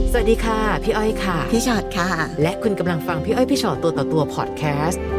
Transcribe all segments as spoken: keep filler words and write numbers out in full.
สวัสดีค่ะพี่อ้อยค่ะพี่ชอตค่ะและคุณกำลังฟังพี่อ้อยพี่ชอตตัวต่อตัวพอดแคสต์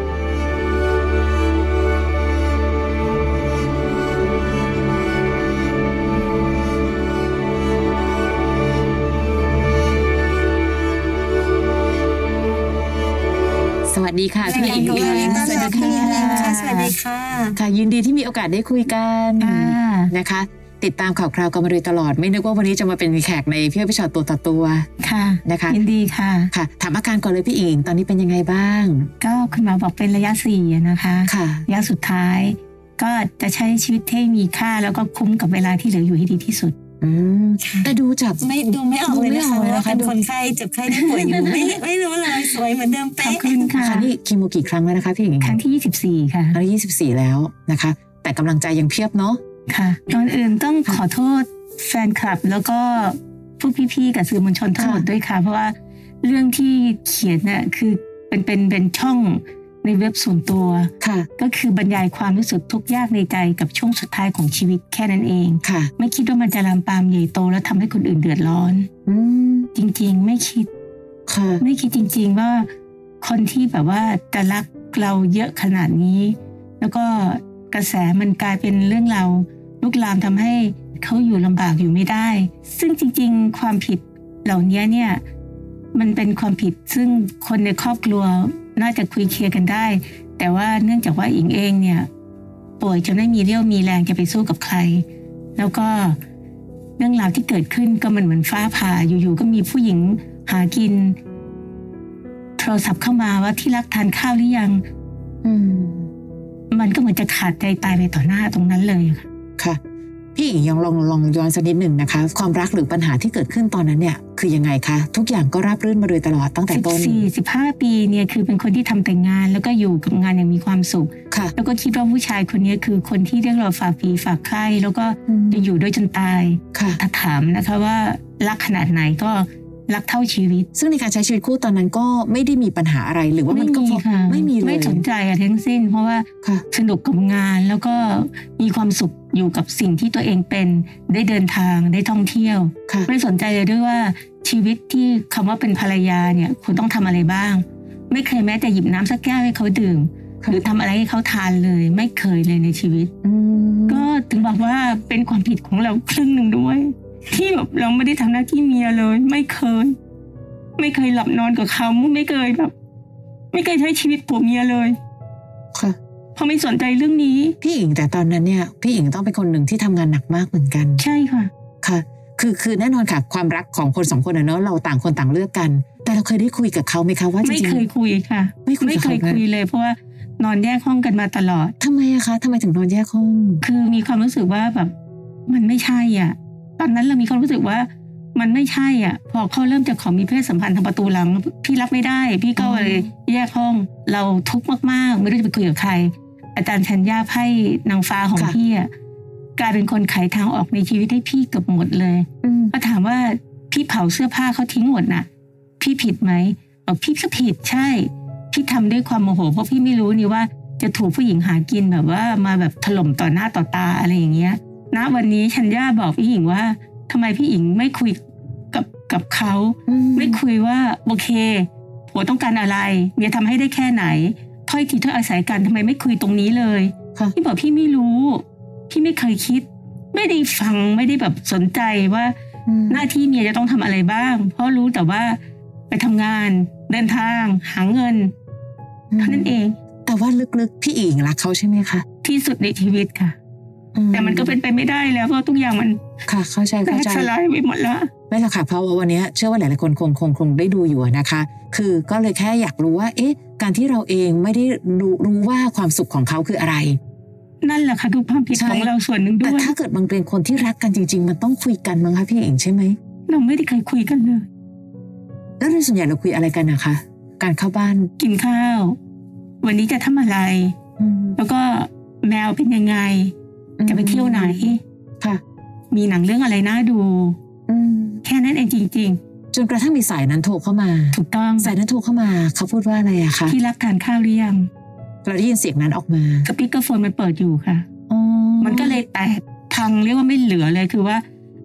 สวัสดีค่ะพี่อิงอิงสวัสดีค่ะสวัสดีค่ะค่ะยินดีที่มีโอกาสได้คุยกันนะคะติดตามข่าวคราวกันมาโดยตลอดไม่นึกว่าวันนี้จะมาเป็นแขกในพี่อ้อยพี่ชอตตัวต่อตัวค่ะนะคะยินดีค่ะค่ะถามอาการก่อนเลยพี่อิงตอนนี้เป็นยังไงบ้างก็คุณหมอบอกเป็นระยะสี่นะคะค่ะระยะสุดท้ายก็จะใช้ชีวิตให้มีค่าแล้วก็คุ้มกับเวลาที่เหลืออยู่ให้ดีที่สุดอืมแต่ดูจากไม่ดูไม่ออกเลยนะคะว่าเป็นคนไข้เจ็บไข้ได้ป่วยอยู่ไม่ไม่รู้เลยสวยเหมือนเดิมเป๊ะขอบคุณค่ะนี่คีโมกี่ครั้งแล้วนะคะพี่อิงครั้งที่ยี่สิบสี่ค่ะครั้งที่ยี่สิบสี่แล้วนะคะแต่กำลังใจยังเพียบเนาะค่ะก่อนอื่นต้องขอโทษแฟนคลับแล้วก็พวกพี่ๆกับสื่อมวลชนทั้งหมดด้วยค่ะเพราะว่าเรื่องที่เขียนน่ะคือเป็นเป็นเป็นช่องในเว็บส่วนตัวค่ะก็คือบรรยายความรู้สึกทุกข์ยากในใจกับช่วงสุดท้ายของชีวิตแค่นั้นเองค่ะไม่คิดว่ามันจะลามปามใหญ่โตแล้วทำให้คนอื่นเดือดร้อนอืมจริงๆไม่คิดค่ะไม่คิดจริงๆว่าคนที่แบบว่าจะรักเราเยอะขนาดนี้แล้วก็กระแสมันกลายเป็นเรื่องเราลุกลามทำให้เขาอยู่ลำบากอยู่ไม่ได้ซึ่งจริงๆความผิดเหล่านี้เนี่ยมันเป็นความผิดซึ่งคนในครอบครัวน่าจะคุยเคลียร์กันได้แต่ว่าเนื่องจากว่าอิงเองเนี่ยป่วยจนไม่มีเรี่ยวมีแรงจะไปสู้กับใครแล้วก็เรื่องราวที่เกิดขึ้นก็มันเหมือนฟ้าผ่าอยู่ๆก็มีผู้หญิงหากินโทรศัพท์เข้ามาว่าที่รักทานข้าวหรือยังอืมมันก็เหมือนจะขาดใจตายไปต่อหน้าตรงนั้นเลยค่ะค่ะพี่อิงยังลองลองย้อนสักนิดหนึ่งนะคะความรักหรือปัญหาที่เกิดขึ้นตอนนั้นเนี่ยคือยังไงคะทุกอย่างก็ราบรื่นมาโดยตลอดตั้งแต่ต้นสิบสี่ สิบห้า ปีเนี่ยคือเป็นคนที่ทำแต่งานแล้วก็อยู่กับงานอย่างมีความสุขค่ะแล้วก็คิดว่าผู้ชายคนนี้คือคนที่เรียกเราฝากฝีฝากไข่แล้วก็จะอยู่ด้วยจนตายค่ะถ้าถามนะคะว่ารักขนาดไหนก็รักเท่าชีวิตซึ่งในการใช้ชีวิตคู่ตอนนั้นก็ไม่ได้มีปัญหาอะไรหรือว่ามันก็ไม่มีเลยไม่สนใจอะไรทั้งสิ้นเพราะว่าสนุกกับงานแล้วก็มีความสุขอยู่กับสิ่งที่ตัวเองเป็นได้เดินทางได้ท่องเที่ยวไม่สนใจเลยด้วยว่าชีวิตที่คำว่าเป็นภรรยาเนี่ยคุณต้องทำอะไรบ้างไม่เคยแม้แต่หยิบน้ำสักแก้วให้เขาดื่มหรือทำอะไรให้เขาทานเลยไม่เคยเลยในชีวิตก็ถึงบอกว่าเป็นความผิดของเราครึ่งหนึ่งด้วยที่แบบเราไม่ได้ทำหน้าที่เมียเลยไม่เคยไม่เคยหลับนอนกับเขาไม่เคยแบบไม่เคยใช้ชีวิตผัวเมียเลยค่ะเพราะไม่สนใจเรื่องนี้พี่อิงแต่ตอนนั้นเนี่ยพี่อิงต้องเป็นคนหนึ่งที่ทำงานหนักมากเหมือนกันใช่ค่ะค่ะคือคือแน่นอนค่ะความรักของคนสองคนอะเนาะเราต่างคนต่างเลือกกันแต่เราเคยได้คุยกับเขาไหมคะว่าจริงๆไม่เคยคุยค่ะไม่ไม่เคยคุยเลยเพราะว่านอนแยกห้องกันมาตลอดทำไมอะคะทำไมถึงนอนแยกห้องคือมีความรู้สึกว่าแบบมันไม่ใช่อ่ะตอนนั้นเรามีความรู้สึกว่ามันไม่ใช่อ่ะพอเขาเริ่มจะขอมีเพศสัมพันธ์ทางประตูหลังพี่รับไม่ได้พี่ก็เลยแยกห้องเราทุกข์มากๆไม่รู้จะไปคุยกับใครอาจารย์ชัญญาไพ่นางฟ้าของพี่อ่ะกลายเป็นคนไขทางออกในชีวิตให้พี่เกือบหมดเลยก็ถามว่าพี่เผาเสื้อผ้าเขาทิ้งหมดน่ะพี่ผิดไหมบอกพี่ก็ผิดใช่พี่ทำด้วยความโมโหเพราะพี่ไม่รู้นี่ว่าจะถูกผู้หญิงหากินแบบว่ามาแบบถล่มต่อหน้าต่อตาอะไรอย่างเงี้ยณวันนี้ชัญญาบอกพี่หญิงว่าทำไมพี่หญิงไม่คุยกับกับเขาไม่คุยว่าโอเคผัวต้องการอะไรเมียทำให้ได้แค่ไหนถ้อยทีถ้อยอาศัยกันทำไมไม่คุยตรงนี้เลยพี่บอกพี่ไม่รู้พี่ไม่เคยคิดไม่ได้ฟังไม่ได้แบบสนใจว่าหน้าที่เมียจะต้องทำอะไรบ้างเพราะรู้แต่ว่าไปทำงานเดินทางหาเงินเท่านั้นเองแต่ว่าลึกๆพี่อิงรักเขาใช่ไหมคะที่สุดในชีวิตค่ะแต่มันก็เป็นไปไม่ได้แล้วเพราะทุกอย่างมันค่ะเข้าใจเข้าใจสลายไปหมดแล้วไม่หรอกค่ะเพราะว่าวันนี้เชื่อว่าหลายๆคนคงคงคงได้ดูอยู่นะคะคือก็เลยแค่อยากรู้ว่าเอ๊ะการที่เราเองไม่ได้รู้รู้ว่าความสุขของเขาคืออะไรนั่นแหละค่ะคือความผิดของเราส่วนหนึ่งด้วยแต่ถ้าเกิดบางเป็นคนที่รักกันจริงๆมันต้องคุยกันมั้งคะพี่เองใช่ไหมเราไม่ได้เคยคุยกันเลยแล้วในส่วนใหญ่เราคุยอะไรกันนะคะการเข้าบ้านกินข้าววันนี้จะทำอะไรแล้วก็แมวเป็นยังไงจะไปเที่ยวไหนค่ะมีหนังเรื่องอะไรน่าดูแค่นั้นเองจริงๆจนกระทั่งมีสายนั้นโทรเข้ามาถูกต้องสายนั้นโทรเข้ามาเขาพูดว่าอะไรอะคะที่รับทานข้าวหรือยังเราได้ยินเสียงนั้นออกมาสปีกเกอร์โฟนมันเปิดอยู่ค่ะมันก็เลยแตกพังเรียกว่าไม่เหลือเลยคือว่า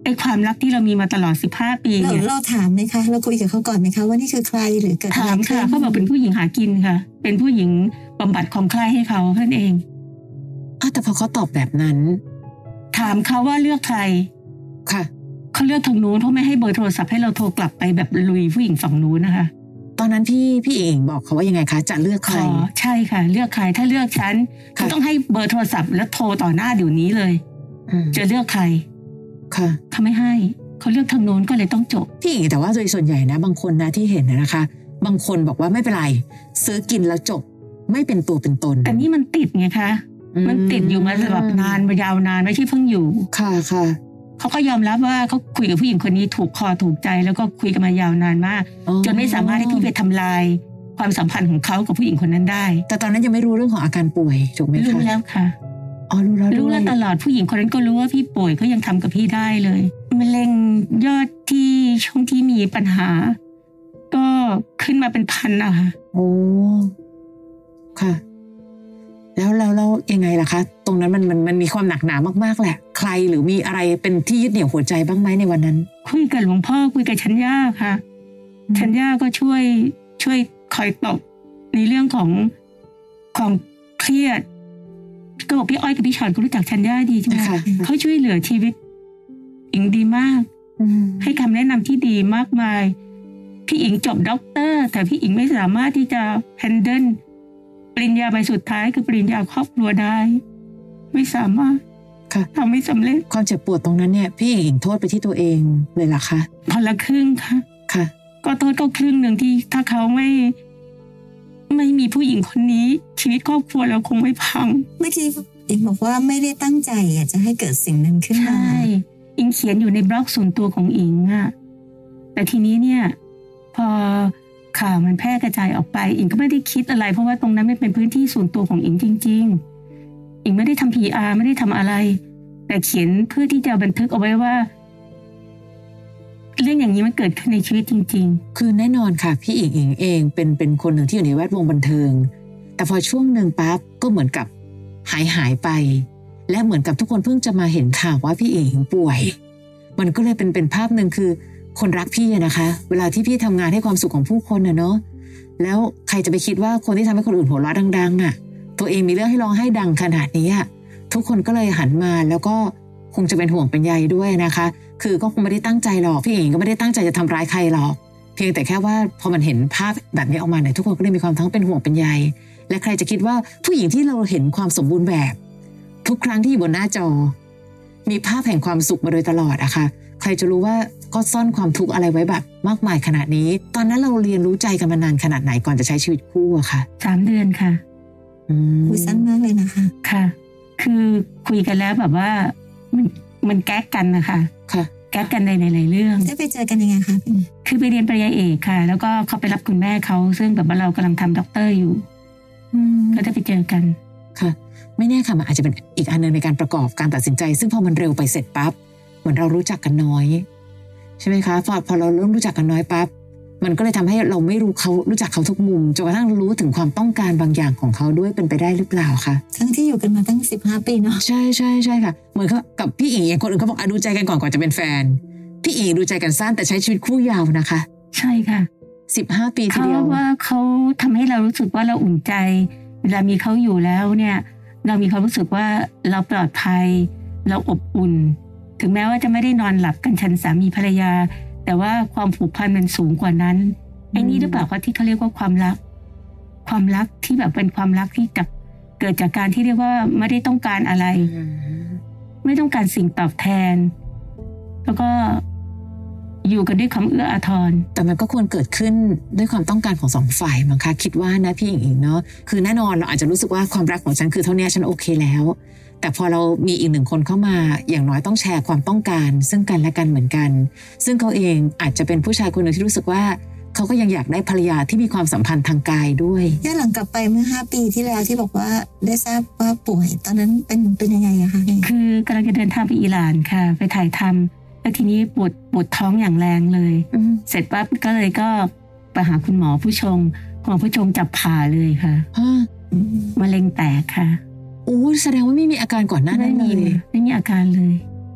ไอ้ความรักที่เรามีมาตลอดสิบห้าปีเราเนี่ยเราถามไหมคะเราคุยกับเขาก่อนไหมคะว่านี่คือใครหรือเกิดอะไรถามขึ้นค่ะเขาบอกเป็นผู้หญิงหากินค่ะ เป็นผู้หญิงบำบัดความใคร่ให้เขาเพื่อนเองอ้าวแต่พอเขาตอบแบบนั้นถามเขาว่าเลือกใครค่ะเขาเลือกทางนู้นเขาไม่ให้เบอร์โทรศัพท์ให้เราโทรกลับไปแบบลุยผู้หญิงฝั่งนู้นนะคะตอนนั้นพี่พี่เองบอกเขาว่ายังไงคะจะเลือกขใครอใช่ค่ะ เลือกใครถ้าเลือกฉันค่ะเขาต้องให้เบอร์โทรศัพท์แล้วโทรต่อหน้าเดี๋ยวนี้เลยอืมจะเลือกใครค่ะเขาไม่ให้เขาเลือกทางโน้นก็เลยต้องจบพี่เองแต่ว่าโดยส่วนใหญ่นะบางคนนะที่เห็นนะนะคะ บางคนบอกว่าไม่เป็นไรซื้อกินแล้วจบไม่เป็นตัวเป็นตนแต่นี่มันติดไงคะอืมันติดอยู่มาแบบนานมายาวนานไม่ใช่เพิ่งอยู่ค่ะค่ะเขาก็ยอมรับว่าเขาคุยกับผู้หญิงคนนี้ถูกคอถูกใจแล้วก็คุยกันมายาวนานมากอ๋อจนไม่สามารถให้พี่ไปทำลายความสัมพันธ์ของเขากับผู้หญิงคนนั้นได้แต่ตอนนั้นยังไม่รู้เรื่องของอาการป่วยถูกไหมคะรู้แล้วค่ะอ๋อรู้แล้วรู้ด้วแล้ยวตลอดผู้หญิงคนนั้นก็รู้ว่าพี่ป่วยเขายังทำกับพี่ได้เลยมะเร็งยอดที่ช่วงที่มีปัญหา ก็ขึ้นมาเป็นพันอะค่ะโอ้ค่ะ แล้วแล้วแล้วยังไงล่ะคะ ตรงนั้นมันมันมันมีความหนักหนามากๆแหละ ใครหรือมีอะไรเป็นที่ยึดเหนี่ยวหัวใจบ้างไหมในวันนั้นคุยกับหลวงพ่อคุยกับชัญญาค่ะอืมชัญญาก็ช่วยช่วยคอยตบในเรื่องของของเครียดก็บอกพี่อ้อยกับพี่ชอนก็รู้จักชัญญาดีใช่ไหมค่ะเขาช่วยเหลือชีวิตอิงดีมากอืมให้คำแนะนำที่ดีมากมาย พี่อิงจบด็อกเตอร์ แต่พี่อิงไม่สามารถที่จะแฮนเดิลปริญญาใบสุดท้ายคือปริญญาครอบครัวได้ ไม่สามารถค่ะทำไม่สำเร็จความเจ็บปวดตรงนั้นเนี่ยพี่เองโทษไปที่ตัวเองเลยล่ะคะคนละครึ่งค่ะค่ะก็โทษก็ครึ่งหนึ่งที่ถ้าเขาไม่ ไม่มีผู้หญิงคนนี้ ชีวิตครอบครัวเราคงไม่พังเมื่อกี้เอกบอกว่าไม่ได้ตั้งใจอยากจะให้เกิดสิ่งนั้นขึ้นมาใช่อิงเขียนอยู่ในบล็อกส่วนตัวของอิงอะแต่ทีนี้เนี่ย พอข่าวมันแพร่กระจายออกไป อิงก็ไม่ได้คิดอะไร เพราะว่าตรงนั้นไม่เป็นพื้นที่ส่วนตัวของอิงจริง ๆ อิงไม่ได้ทำ พี อาร์ ไม่ได้ทำอะไร แต่เขียนเพื่อที่จะบันทึกเอาไว้ว่า เรื่องอย่างนี้มันเกิดขึ้นในชีวิตจริงคือแน่นอนค่ะ พี่อิงอิงเองเป็นเป็นคนหนึ่งที่อยู่ในแวดวงบันเทิง แต่พอช่วงหนึ่งปั๊บก็เหมือนกับหายหายไป และเหมือนกับทุกคนเพิ่งจะมาเห็นข่าวว่าพี่อิงป่วย มันก็เลยเป็นเป็นภาพหนึ่งคือ คนรักพี่อะนะคะ เวลาที่พี่ทำงานให้ความสุขของผู้คนอะเนาะแล้วใครจะไปคิดว่าคนที่ทำให้คนอื่นหัวเราะดังๆอะตัวเองมีเรื่องให้ร้องให้ดังขนาดนี้อะทุกคนก็เลยหันมาแล้วก็คงจะเป็นห่วงเป็นใยด้วยนะคะ คือก็คงไม่ได้ตั้งใจหรอกพี่เองก็ไม่ได้ตั้งใจจะทำร้ายใครหรอก เพียงแต่แค่ว่าพอมันเห็นภาพแบบนี้ออกมาเนี่ยทุกคนก็เลยมีความทั้งเป็นห่วงเป็นใยและใครจะคิดว่าผู้หญิงที่เราเห็นความสมบูรณ์แบบ ทุกครั้งที่อยู่บนหน้าจอ มีภาพแห่งความสุขมาโดยตลอดอะค่ะใครจะรู้ว่าก็ซ่อนความทุกข์อะไรไว้แบบมากมายขนาดนี้ ตอนนั้นเราเรียนรู้ใจกันมานานขนาดไหนก่อนจะใช้ชีวิตคู่อะค่ะๆ สามเดือนค่ะอืมคุยสั้นมากเลยนะคะค่ะ คือคุยกันแล้วแบบว่ามันมันแก๊กกันนะคะค่ะแก๊กกันในหลายๆเรื่องได้ไปเจอกันยังไงคะพี่คือไปเรียนปริญญาเอกค่ะ แล้วก็เขาไปรับคุณแม่เขาซึ่งแบบว่าเรากำลังทำด็อกเตอร์อยู่อืมก็ได้ไปเจอกันค่ะ ไม่แน่ค่ะมันอาจจะเป็นอีกอันหนึงในการประกอบการตัดสินใจ ซึ่งพอมันเร็วไปเสร็จปั๊บเหมือนเรารู้จักกันน้อย ใช่ไหมคะพอพอเราเริ่มรู้จักกันน้อยปั๊บมันก็เลยทำให้เราไม่รู้เขารู้จักเขาทุกมุมจนกระทั่งรู้ถึงความต้องการบางอย่างของเขาด้วยเป็นไปได้หรือเปล่าคะทั้งที่อยู่กันมาตั้งสิบห้าปีเนาะใช่ใช่ใช่ค่ะเหมือนกับกับพี่อิงเองคนอื่นเขาบอกอ่ะดูใจกันก่อนก่อนจะเป็นแฟนพี่อิงดูใจกันสั้นแต่ใช้ชีวิตคู่ยาวนะคะใช่ค่ะสิบห้าปีทีเขาเดียวว่าเขาทำให้เรารู้สึกว่าเราอุ่นใจ เวลามีเขาอยู่แล้วเนี่ย เรามีความรู้สึกว่าเราปลอดภัย เราอบอุ่น ถึงแม้ว่าจะไม่ได้นอนหลับกันฉันสามีภรรยา แต่ว่าความผูกพันมันสูงกว่านั้นไอ้นี่หรือเปล่าคะที่เขาเรียกว่าความรัก ความรักที่แบบเป็นความรักที่จากเกิดจากการที่เรียกว่าไม่ได้ต้องการอะไรอืมไม่ต้องการสิ่งตอบแทน แล้วก็อยู่กันด้วยความเอื้ออาทรแต่มันก็ควรเกิดขึ้นด้วยความต้องการของสองฝ่ายมั้งคะคิดว่านะพี่อิงอิงเนาะคือแน่นอนเราอาจจะรู้สึกว่าความรักของฉันคือเท่านี้ฉันโอเคแล้ว แต่พอเรามีอีกหนึ่งคนเข้ามาอย่างน้อยต้องแชร์ความต้องการซึ่งกันและกันเหมือนกัน ซึ่งเขาเองอาจจะเป็นผู้ชายคนหนึ่งที่รู้สึกว่าเขาก็ยังอยากได้ภรรยาที่มีความสัมพันธ์ทางกายด้วยย้อนหลังกลับไปเมื่อห้าปีที่แล้วที่บอกว่าได้ทราบว่าป่วย ตอนนั้นเป็นเป็นยังไงอะคะพี่คือกำลังจะเดินทางไปอิหร่านค่ะ ไปถ่ายทำแล้วทีนี้ปวดปวดท้องอย่างแรงเลยอืมเสร็จปั๊บก็เลยก็ไปหาคุณหมอผู้ชงคุณหมอผู้ชงจับผ่าเลยค่ะฮะมะเร็งแตกค่ะโอ้แสดงว่าไม่มีอาการก่อนหน้านั้นเลไม่มียไม่มีอาการเลย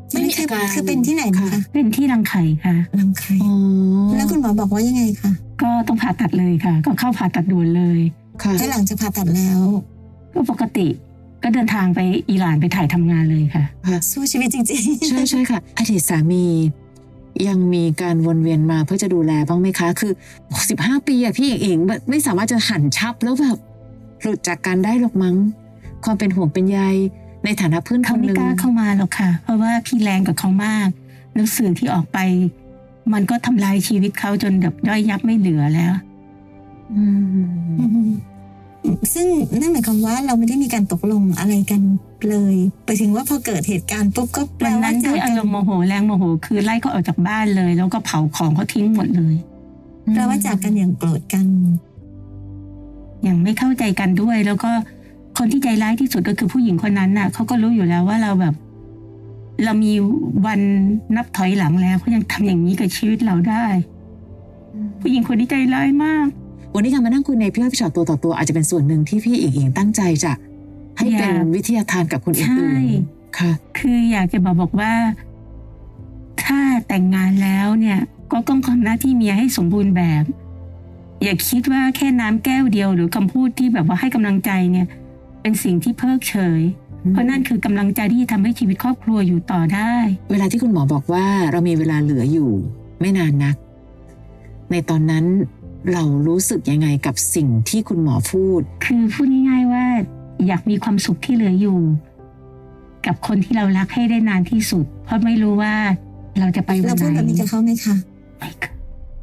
ไม่มีอาการคือเป็นที่ไหนนะคะเป็นที่รังไข่ค่ะรังไข่แล้วคุณหมอบอกว่ายังไงคะก็ต้องผ่าตัดเลยค่ะก็เข้าผ่าตัดด่วนเลยค่ะแล้วหลังจากผ่าตัดแล้วก็ปกติก็เดินทางไปอิหร่านไปถ่ายทำงานเลยค่ะสู้ชีวิตจริงๆใช่ใช่ค่ะอดีตสามียังมีการวนเวียนมาเพื่อจะดูแลบ้างไหมคะคือสิบห้าปีอะพี่เองไม่สามารถจะหันชับแล้วแบบหลุดจากกันได้หรอกมั้งความเป็นห่วงเป็นใยในฐานะเพื่อนคนหนึ่งเขาไม่กล้าเข้ามาหรอกค่ะเพราะว่าพี่แรงกับเขามากหนังสือที่ออกไปมันก็ทำลายชีวิตเขาจนแบบย่อยยับไม่เหลือแล้วอืมซึ่งนั่นหมายความว่าเราไม่ได้มีการตกลงอะไรกันเลยไปถึงว่าพอเกิดเหตุการณ์ปุ๊บก็แปลว่าด้วยอารมณ์โมโหแรงโมโหคือไล่เขาออกจากบ้านเลยแล้วก็เผาของเขาทิ้งหมดเลยแปลว่าจากกันอย่างโกรธกันอย่างไม่เข้าใจกันด้วยแล้วก็คนที่ใจร้ายที่สุดก็คือผู้หญิงคนนั้นน่ะเขาก็รู้อยู่แล้วว่าเราแบบเรามีวันนับถอยหลังแล้วเขายังทำอย่างนี้กับชีวิตเราได้ผู้หญิงคนนี้ใจร้ายมากวันนี้การมานั่งคุยในพี่อ้อยพี่ชอตตัวต่อตัวอาจจะเป็นส่วนหนึ่งที่พี่อิงอิงตั้งใจจะให้เป็นวิทยาทานกับคนอื่นๆค่ะคืออยากจะบอกบอกว่าถ้าแต่งงานแล้วเนี่ยก็ต้องทำหน้าที่เมียให้สมบูรณ์แบบอย่าคิดว่าแค่น้ำแก้วเดียวหรือคำพูดที่แบบว่าให้กำลังใจเนี่ยเป็นสิ่งที่เพิกเฉยเพราะนั่นคือกำลังใจที่ทำให้ชีวิตครอบครัวอยู่ต่อได้เวลาที่คุณหมอบอกว่าเรามีเวลาเหลืออยู่ไม่นานนักในตอนนั้นเรารู้สึกยังไงกับสิ่งที่คุณหมอพูดคือพูดง่ายๆว่าอยากมีความสุขที่เหลืออยู่กับคนที่เรารักให้ได้นานที่สุดเพราะไม่รู้ว่าเราจะไปวันไหนเราพูดแบบนี้กับเขาไหมคะไม่เคย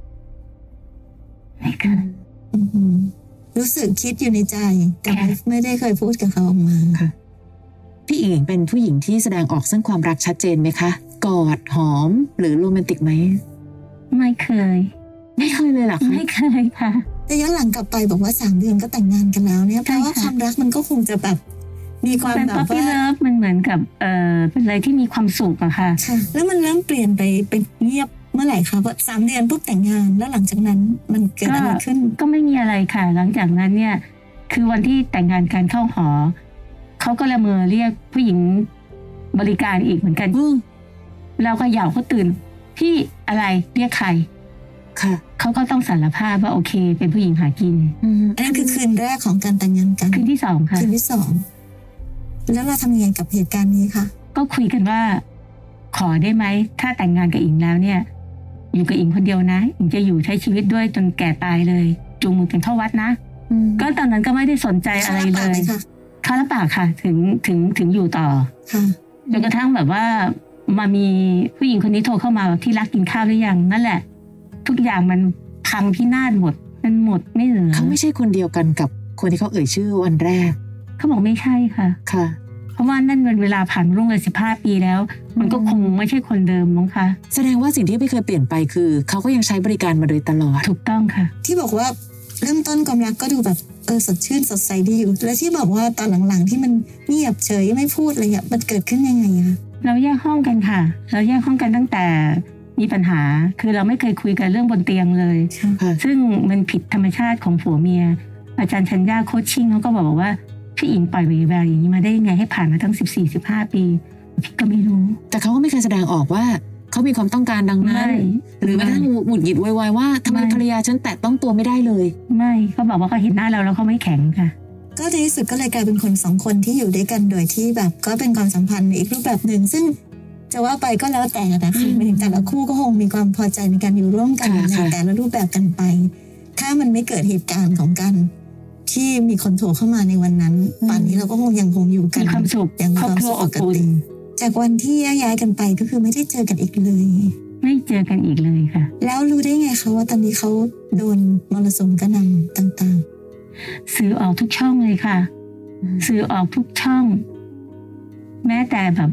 ไม่เคยรู้สึกคิดอยู่ในใจแต่ไม่ได้เคยพูดกับเขาออกมาค่ะพี่อิงเป็นผู้หญิงที่แสดงออกซึ่งความรักชัดเจนไหมคะกอดหอมหรือโรแมนติกไหมไม่เคยไม่เคยเลยหรอคะไม่เคยค่ะแต่ย้อนหลังกลับไปบอกว่าสามเดือนก็แต่งงานกันแล้วเนี่ยแปลว่าความรักมันก็คงจะแบบมีความแบบว่าเป็น puppy love มันเหมือนกับเออเป็นอะไรที่มีความสุขอะค่ะแล้วมันเริ่มเปลี่ยนไปเป็นเงียบเมื่อไหร่คะว่าสามเดือนปุ๊บแต่งงานแล้วหลังจากนั้นมันเกิดอะไรขึ้นก็ไม่มีอะไรค่ะหลังจากนั้นเนี่ยคือวันที่แต่งงานกันเข้าหอเขาก็ละเมอเรียกผู้หญิงบริการอีกเหมือนกันเราก็เหยาเขาตื่นพี่อะไรเรียกใครเขาก็ต้องสารภาพว่าโอเคเป็นผู้หญิงหากินอันนั้นคือคืนแรกของการแต่งงานกันคืนที่สองค่ะคืนที่สองแล้วเราทำยังไงกับเหตุการณ์นี้คะก็คุยกันว่าขอได้ไหมถ้าแต่งงานกับอิงแล้วเนี่ยอยู่กับอิงคนเดียวนะอิงจะอยู่ใช้ชีวิตด้วยจนแก่ตายเลยจูงมือกันเข้าวัดนะก็ตอนนั้นก็ไม่ได้สนใจอะไรเลยข้ารับปากค่ะถึงถึงถึงอยู่ต่อจนกระทั่งแบบว่ามามีผู้หญิงคนนี้โทรเข้ามาที่รักกินข้าวหรือยังนั่นแหละทุกอย่างมันพังพินาศหมดมันหมดไม่เหลือเขาไม่ใช่คนเดียวกันกับคนที่เขาเอ่ยชื่อวันแรกเขาบอกไม่ใช่ค่ะค่ะเพราะว่านั่นเป็นเวลาผ่านร่วงเลยสิบห้าปีแล้วมันก็คงไม่ใช่คนเดิมมั้งคะแสดงว่าสิ่งที่ไม่เคยเปลี่ยนไปคือเขาก็ยังใช้บริการมาโดยตลอดถูกต้องค่ะที่บอกว่าเริ่มต้นความรักก็ดูแบบเออสดชื่นสดใสดีอยู่แล้วที่บอกว่าตอนหลังๆที่มันเงียบเฉยไม่พูดอะไรอย่างมันเกิดขึ้นยังไงคะเราแยกห้องกันค่ะเราแยกห้องกันตั้งแต่มีปัญหาคือเราไม่เคยคุยกันเรื่องบนเตียงเลยซึ่งมันผิดธรรมชาติของผัวเมียอาจารย์ชัญญาโคชชิ่งเขาก็บอกว่าพี่อิงปล่อยวีแววอย่างนี้มาได้ยังไงให้ผ่านมาทั้ง สิบสี่ สิบห้า ปีพี่ก็ไม่รู้แต่เขาก็ไม่เคยแสดงออกว่าเขามีความต้องการดังนั้นหรือแม้กระทั่งหงุดหงิดวายๆว่าทำไมภรรยาฉันแตะต้องตัวไม่ได้เลยไม่เขาบอกว่าเขาเห็นหน้าเราแล้วเขาไม่แข็งค่ะก็ในที่สุดก็เลยกลายเป็นคนสองคนที่อยู่ด้วยกันโดยที่แบบก็เป็นความสัมพันธ์อีกรูปแบบหนึ่งซึ่งจะว่าไปก็แล้วแต่นะคะหมายถึงแต่ละคู่ก็คงมีความพอใจในการอยู่ร่วมกันในแต่ละรูปแบบกันไปถ้ามันไม่เกิดเหตุการณ์ของการที่มีคนโทรเข้ามาในวันนั้นป่านนี้เราก็คงยังคงอยู่กันมีความสุขยังมีความสุขปกติจากวันที่แยกย้ายกันไปก็คือไม่ได้เจอกันอีกเลยไม่เจอกันอีกเลยค่ะแล้วรู้ได้ไงคะว่าตอนนี้เขาโดนมรสุมกระหน่ำต่างๆสื่อออกทุกช่องเลยค่ะสื่อออกทุกช่องแม้แต่แบบ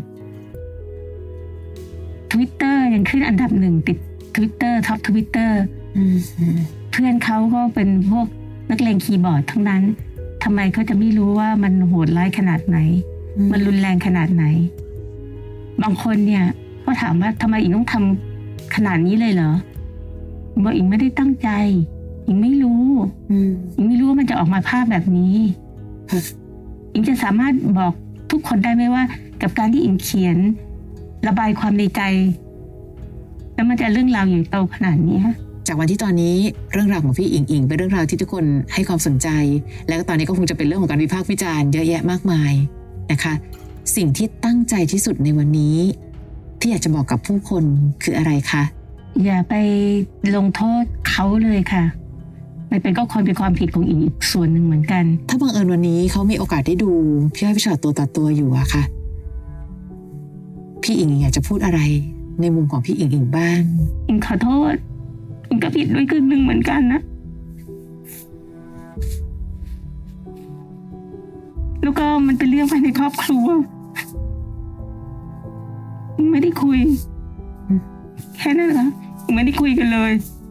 Twitter ยังขึ้นอันดับหนึ่งติด Twitter ท็อป Twitter เพื่อนเขาก็เป็นพวกนักเลงคีย์บอร์ดทั้งนั้นทำไมเขาจะไม่รู้ว่ามันโหดร้ายขนาดไหนมันรุนแรงขนาดไหนบางคนเนี่ยก็ถามว่าทำไมอิงต้องทำขนาดนี้เลยเหรอบอกอิงไม่ได้ตั้งใจอิงไม่รู้อิงไม่รู้ว่ามันจะออกมาภาพแบบนี้อิงจะสามารถบอกทุกคนได้ไหมว่ากับการที่อิงเขียนระบายความในใจแล้วมันจะเรื่องราวใหญ่โตขนาดนี้จากวันที่ตอนนี้เรื่องราวของพี่อิงอิงเป็นเรื่องราวที่ทุกคนให้ความสนใจแล้วก็ตอนนี้ก็คงจะเป็นเรื่องของการวิพากษ์วิจารณ์เยอะแยะมากมายนะคะสิ่งที่ตั้งใจที่สุดในวันนี้ที่อยากจะบอกกับผู้คนคืออะไรคะอย่าไปลงโทษเขาเลยค่ะมันเป็นก็ความเป็นความผิดของอิงอีกส่วนหนึ่งเหมือนกันถ้าบังเอิญวันนี้เขามีโอกาสได้ดูพี่อ้อยพี่ชอตตัวต่อตัวอยู่อะค่ะพี่อิงอยากจะพูดอะไรในมุมของพี่อิงอิงบ้างอิงขอโทษอิงก็ผิดด้วยครึ่งหนึ่งเหมือนกันนะแล้วก็มันเป็นเรื่องภายในครอบครัวอิงไม่ได้คุยแค่นั้นนะคะอิงไม่ได้คุยกันเลย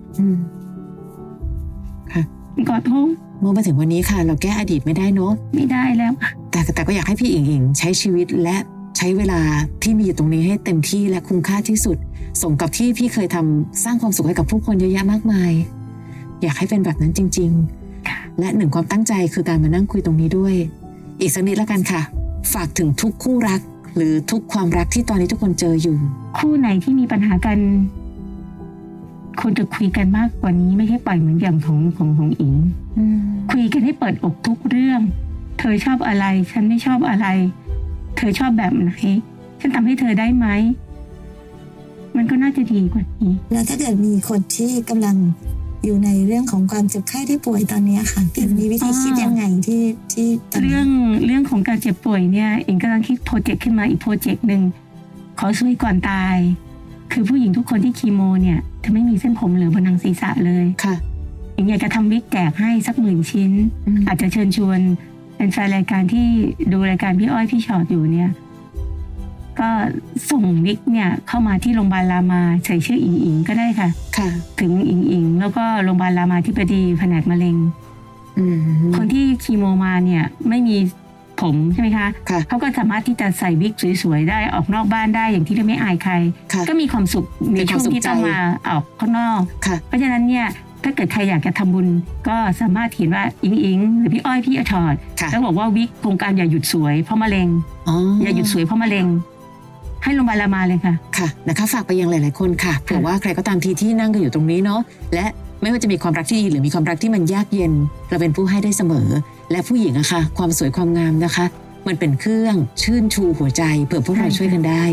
ค่ะอิงขอโทษเมื่อมาถึงวันนี้ค่ะเราแก้อดีตไม่ได้เนอะไม่ได้แล้วแต่แต่ก็อยากให้พี่อิงอิงใช้ชีวิตและใช้เวลาที่มีอยู่ตรงนี้ให้เต็มที่และคุ้มค่าที่สุดสมกับที่พี่เคยทำสร้างความสุขให้กับผู้คนเยอะแยะมากมายอยากให้เป็นแบบนั้นจริงๆและหนึ่งความตั้งใจคือการมานั่งคุยตรงนี้ด้วยอีกสักนิดแล้วกันค่ะฝากถึงทุกคู่รักหรือทุกความรักที่ตอนนี้ทุกคนเจออยู่คู่ไหนที่มีปัญหากันควรจะคุยกันมากกว่านี้ไม่ใช่ปล่อยเหมือนอย่างของของของอิงคุยกันให้เปิดอกทุกเรื่องเธอชอบอะไรฉันไม่ชอบอะไรเธอชอบแบบไหนฉันทำให้เธอได้ไหมมันก็น่าจะดีกว่านี้แล้วถ้าเกิดมีคนที่กำลังอยู่ในเรื่องของความเจ็บไข้ได้ป่วยตอนนี้ค่ะอิงมีวิธีคิดยังไงที่ที่เรื่องเรื่องของการเจ็บป่วยเนี่ยอิงกำลังคิดโปรเจกต์ขึ้นมาอีกโปรเจกต์หนึ่งขอช่วยก่อนตายคือผู้หญิงทุกคนที่คีโมเนี่ยเธอไม่มีเส้นผมหรือบนหนังศีรษะเลยค่ะอิงอยากจะทำวิกแจกให้สักหมื่นชิ้นอาจจะเชิญชวนเป็นแฟนรายการที่ดูรายการพี่อ้อยพี่ชอตอยู่เนี่ยก็ส่งวิกเนี่ยเข้ามาที่โรงพยาบาลรามาใส่ชื่ออิงอิงก็ได้ค่ะค่ะถึงอิงอิงแล้วก็โรงพยาบาลรามาธิบดีแผนกมะเร็งคนที่คีโมมาเนี่ยไม่มีผมใช่ไหมคะเขาก็สามารถที่จะใส่วิกสวยๆได้ออกนอกบ้านได้อย่างที่ไม่อายใครก็มีความสุขในช่วงที่ต้องมาออกข้างนอกเพราะฉะนั้นเนี่ยถ้าเกิดใครอยากจะทำบุญก็สามารถเขียนว่าอิงอิงหรือพี่อ้อยพี่อชอดแล้วบอกว่าวิกโครงการอย่าหยุดสวยเพราะมะเร็งอย่าหยุดสวยเพราะมะเร็งให้โรงพยาบาลรามาเลยค่ะค่ะนะคะฝากไปยังหลายๆคนค่ะเผื่อว่าใครก็ตามทีที่นั่งกันอยู่ตรงนี้เนาะและไม่ว่าจะมีความรักที่ดีหรือมีความรักที่มันยากเย็นเราเป็นผู้ให้ได้เสมอและผู้หญิงอะค่ะความสวยความงามนะคะมันเป็นเครื่องชื่นชูหัวใจเผื่อพวกเราช่วยกันได้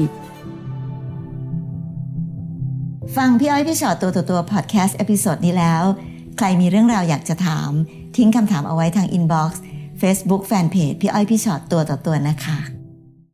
ฟังพี่อ้อยพี่ชอตตัวต่อตัวพอดแคสต์เอพิโซดนี้แล้วใครมีเรื่องราวอยากจะถามทิ้งคำถามเอาไว้ทางอินบ็อกซ์ Facebook Fanpage พี่อ้อยพี่ชอตตัวต่อตัวนะคะ